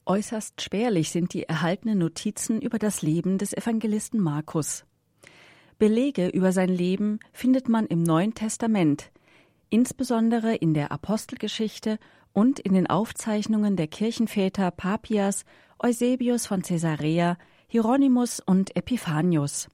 Äußerst spärlich sind die erhaltenen Notizen über das Leben des Evangelisten Markus. Belege über sein Leben findet man im Neuen Testament, insbesondere in der Apostelgeschichte und in den Aufzeichnungen der Kirchenväter Papias, Eusebius von Caesarea, Hieronymus und Epiphanius.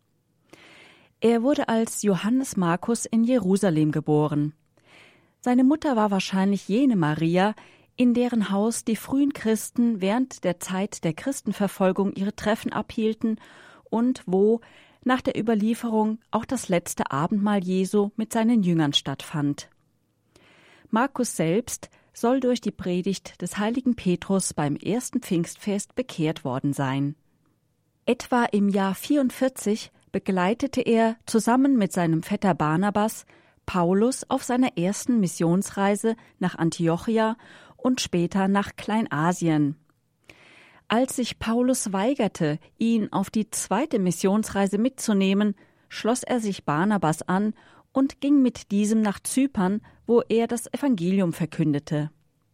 Er wurde als Johannes Markus in Jerusalem geboren. Seine Mutter war wahrscheinlich jene Maria, in deren Haus die frühen Christen während der Zeit der Christenverfolgung ihre Treffen abhielten und wo nach der Überlieferung auch das letzte Abendmahl Jesu mit seinen Jüngern stattfand. Markus selbst soll durch die Predigt des heiligen Petrus beim ersten Pfingstfest bekehrt worden sein. Etwa im Jahr 44 begleitete er zusammen mit seinem Vetter Barnabas Paulus auf seiner ersten Missionsreise nach Antiochia und später nach Kleinasien. Als sich Paulus weigerte, ihn auf die zweite Missionsreise mitzunehmen, schloss er sich Barnabas an und ging mit diesem nach Zypern, wo er das Evangelium verkündete.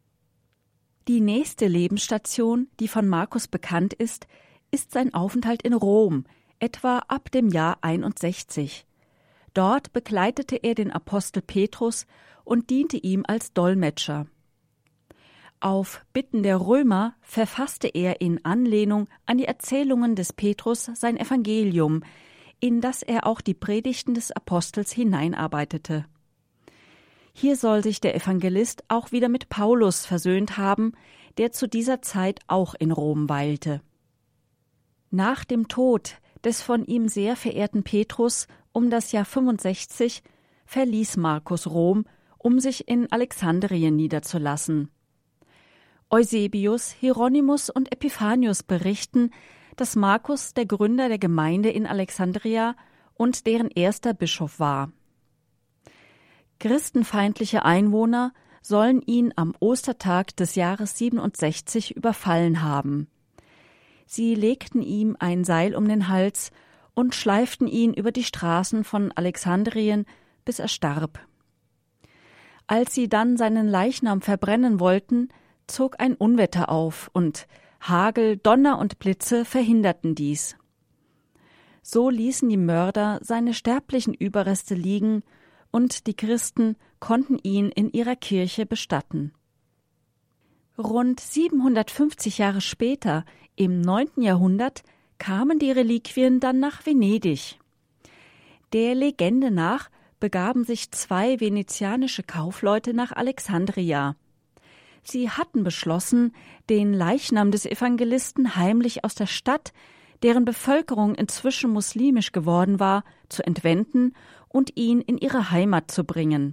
Die nächste Lebensstation, die von Markus bekannt ist sein Aufenthalt in Rom, etwa ab dem Jahr 61. Dort begleitete er den Apostel Petrus und diente ihm als Dolmetscher. Auf Bitten der Römer verfasste er in Anlehnung an die Erzählungen des Petrus sein Evangelium, in das er auch die Predigten des Apostels hineinarbeitete. Hier soll sich der Evangelist auch wieder mit Paulus versöhnt haben, der zu dieser Zeit auch in Rom weilte. Nach dem Tod des von ihm sehr verehrten Petrus um das Jahr 65 verließ Markus Rom, um sich in Alexandrien niederzulassen. Eusebius, Hieronymus und Epiphanius berichten, dass Markus der Gründer der Gemeinde in Alexandria und deren erster Bischof war. Christenfeindliche Einwohner sollen ihn am Ostertag des Jahres 67 überfallen haben. Sie legten ihm ein Seil um den Hals und schleiften ihn über die Straßen von Alexandrien, bis er starb. Als sie dann seinen Leichnam verbrennen wollten, zog ein Unwetter auf und Hagel, Donner und Blitze verhinderten dies. So ließen die Mörder seine sterblichen Überreste liegen und die Christen konnten ihn in ihrer Kirche bestatten. Rund 750 Jahre später, im 9. Jahrhundert, kamen die Reliquien dann nach Venedig. Der Legende nach begaben sich 2 venezianische Kaufleute nach Alexandria. Sie hatten beschlossen, den Leichnam des Evangelisten heimlich aus der Stadt, deren Bevölkerung inzwischen muslimisch geworden war, zu entwenden und ihn in ihre Heimat zu bringen.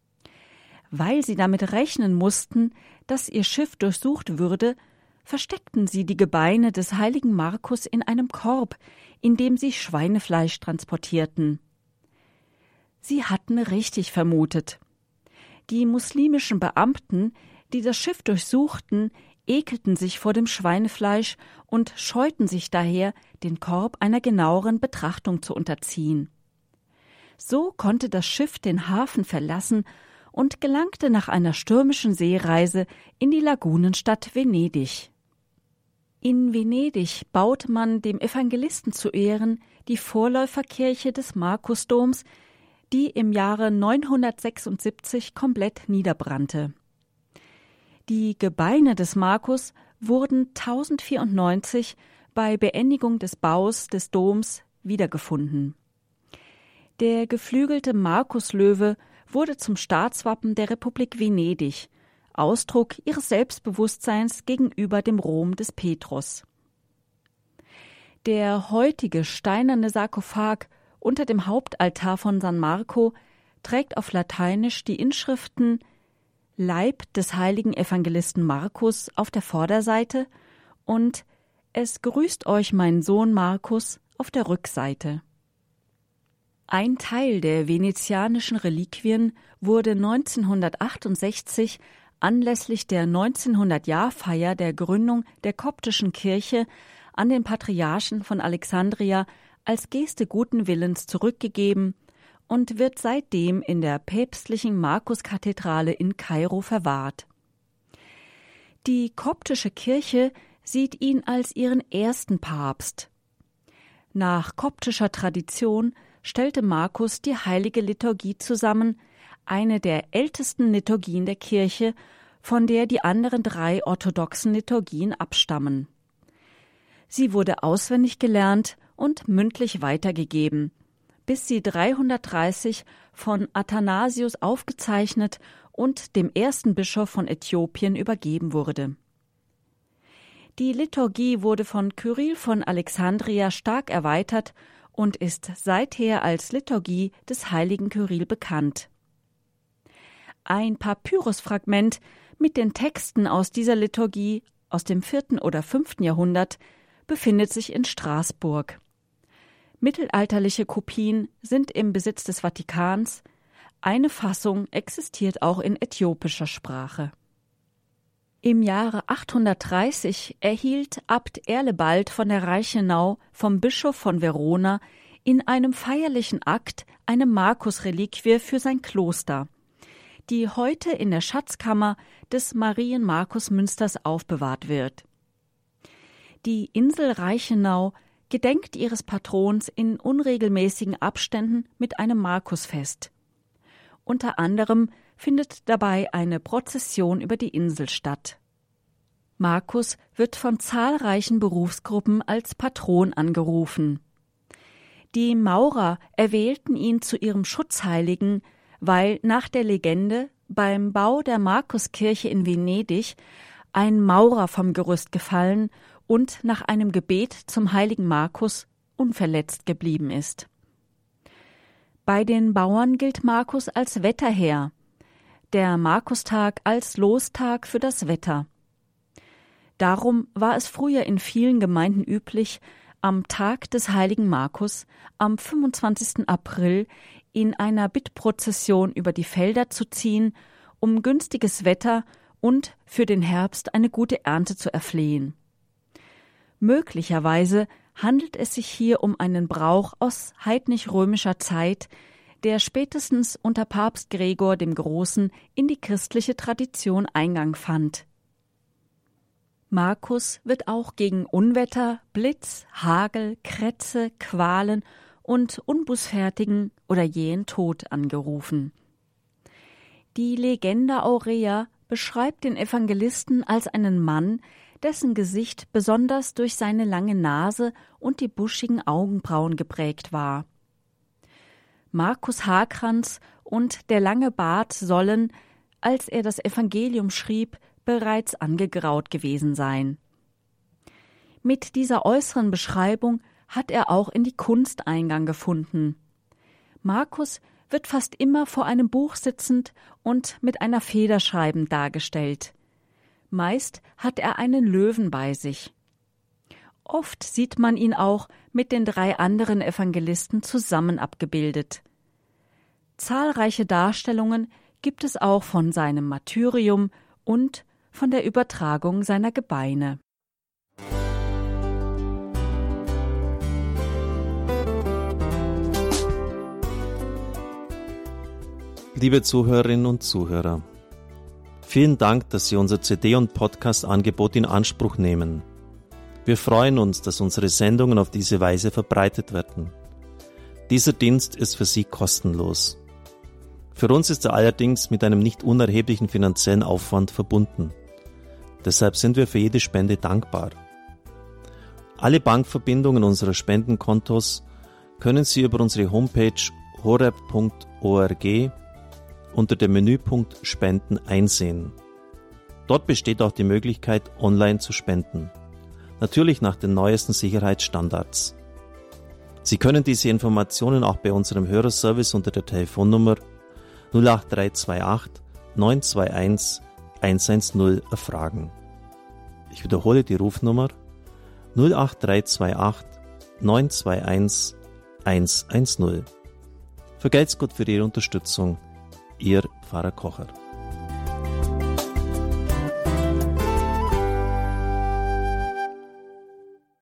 Weil sie damit rechnen mussten, dass ihr Schiff durchsucht würde, versteckten sie die Gebeine des heiligen Markus in einem Korb, in dem sie Schweinefleisch transportierten. Sie hatten richtig vermutet. Die muslimischen Beamten, die das Schiff durchsuchten, ekelten sich vor dem Schweinefleisch und scheuten sich daher, den Korb einer genaueren Betrachtung zu unterziehen. So konnte das Schiff den Hafen verlassen und gelangte nach einer stürmischen Seereise in die Lagunenstadt Venedig. In Venedig baut man dem Evangelisten zu Ehren die Vorläuferkirche des Markusdoms, die im Jahre 976 komplett niederbrannte. Die Gebeine des Markus wurden 1094 bei Beendigung des Baus des Doms wiedergefunden. Der geflügelte Markuslöwe wurde zum Staatswappen der Republik Venedig, Ausdruck ihres Selbstbewusstseins gegenüber dem Rom des Petrus. Der heutige steinerne Sarkophag unter dem Hauptaltar von San Marco trägt auf Lateinisch die Inschriften Leib des heiligen Evangelisten Markus auf der Vorderseite und Es grüßt euch mein Sohn Markus auf der Rückseite. Ein Teil der venezianischen Reliquien wurde 1968 anlässlich der 1900-Jahr-Feier der Gründung der koptischen Kirche an den Patriarchen von Alexandria als Geste guten Willens zurückgegeben und wird seitdem in der päpstlichen Markuskathedrale in Kairo verwahrt. Die koptische Kirche sieht ihn als ihren ersten Papst. Nach koptischer Tradition stellte Markus die heilige Liturgie zusammen, eine der ältesten Liturgien der Kirche, von der die anderen 3 orthodoxen Liturgien abstammen. Sie wurde auswendig gelernt und mündlich weitergegeben, bis sie 330 von Athanasius aufgezeichnet und dem ersten Bischof von Äthiopien übergeben wurde. Die Liturgie wurde von Kyrill von Alexandria stark erweitert und ist seither als Liturgie des heiligen Kyrill bekannt. Ein Papyrusfragment mit den Texten aus dieser Liturgie aus dem 4. oder 5. Jahrhundert befindet sich in Straßburg. Mittelalterliche Kopien sind im Besitz des Vatikans, eine Fassung existiert auch in äthiopischer Sprache. Im Jahre 830 erhielt Abt Erlebald von der Reichenau vom Bischof von Verona in einem feierlichen Akt eine Markus-Reliquie für sein Kloster, die heute in der Schatzkammer des Marien-Markus-Münsters aufbewahrt wird. Die Insel Reichenau gedenkt ihres Patrons in unregelmäßigen Abständen mit einem Markusfest. Unter anderem findet dabei eine Prozession über die Insel statt. Markus wird von zahlreichen Berufsgruppen als Patron angerufen. Die Maurer erwählten ihn zu ihrem Schutzheiligen, weil nach der Legende beim Bau der Markuskirche in Venedig ein Maurer vom Gerüst gefallen und nach einem Gebet zum heiligen Markus unverletzt geblieben ist. Bei den Bauern gilt Markus als Wetterherr, der Markustag als Lostag für das Wetter. Darum war es früher in vielen Gemeinden üblich, am Tag des heiligen Markus, am 25. April, in einer Bittprozession über die Felder zu ziehen, um günstiges Wetter und für den Herbst eine gute Ernte zu erflehen. Möglicherweise handelt es sich hier um einen Brauch aus heidnisch-römischer Zeit, der spätestens unter Papst Gregor dem Großen in die christliche Tradition Eingang fand. Markus wird auch gegen Unwetter, Blitz, Hagel, Krätze, Qualen und unbußfertigen oder jähen Tod angerufen. Die Legenda Aurea beschreibt den Evangelisten als einen Mann, dessen Gesicht besonders durch seine lange Nase und die buschigen Augenbrauen geprägt war. Markus Haarkranz und der lange Bart sollen, als er das Evangelium schrieb, bereits angegraut gewesen sein. Mit dieser äußeren Beschreibung hat er auch in die Kunst Eingang gefunden. Markus wird fast immer vor einem Buch sitzend und mit einer Feder schreibend dargestellt. Meist hat er einen Löwen bei sich. Oft sieht man ihn auch mit den 3 anderen Evangelisten zusammen abgebildet. Zahlreiche Darstellungen gibt es auch von seinem Martyrium und von der Übertragung seiner Gebeine. Liebe Zuhörerinnen und Zuhörer, vielen Dank, dass Sie unser CD- und Podcast-Angebot in Anspruch nehmen. Wir freuen uns, dass unsere Sendungen auf diese Weise verbreitet werden. Dieser Dienst ist für Sie kostenlos. Für uns ist er allerdings mit einem nicht unerheblichen finanziellen Aufwand verbunden. Deshalb sind wir für jede Spende dankbar. Alle Bankverbindungen unserer Spendenkontos können Sie über unsere Homepage horeb.org unter dem Menüpunkt Spenden einsehen. Dort besteht auch die Möglichkeit, online zu spenden. Natürlich nach den neuesten Sicherheitsstandards. Sie können diese Informationen auch bei unserem Hörerservice unter der Telefonnummer 08328 921 110 erfragen. Ich wiederhole die Rufnummer 08328 921 110. Vergelt's Gott für Ihre Unterstützung. Ihr Pfarrer Kocher.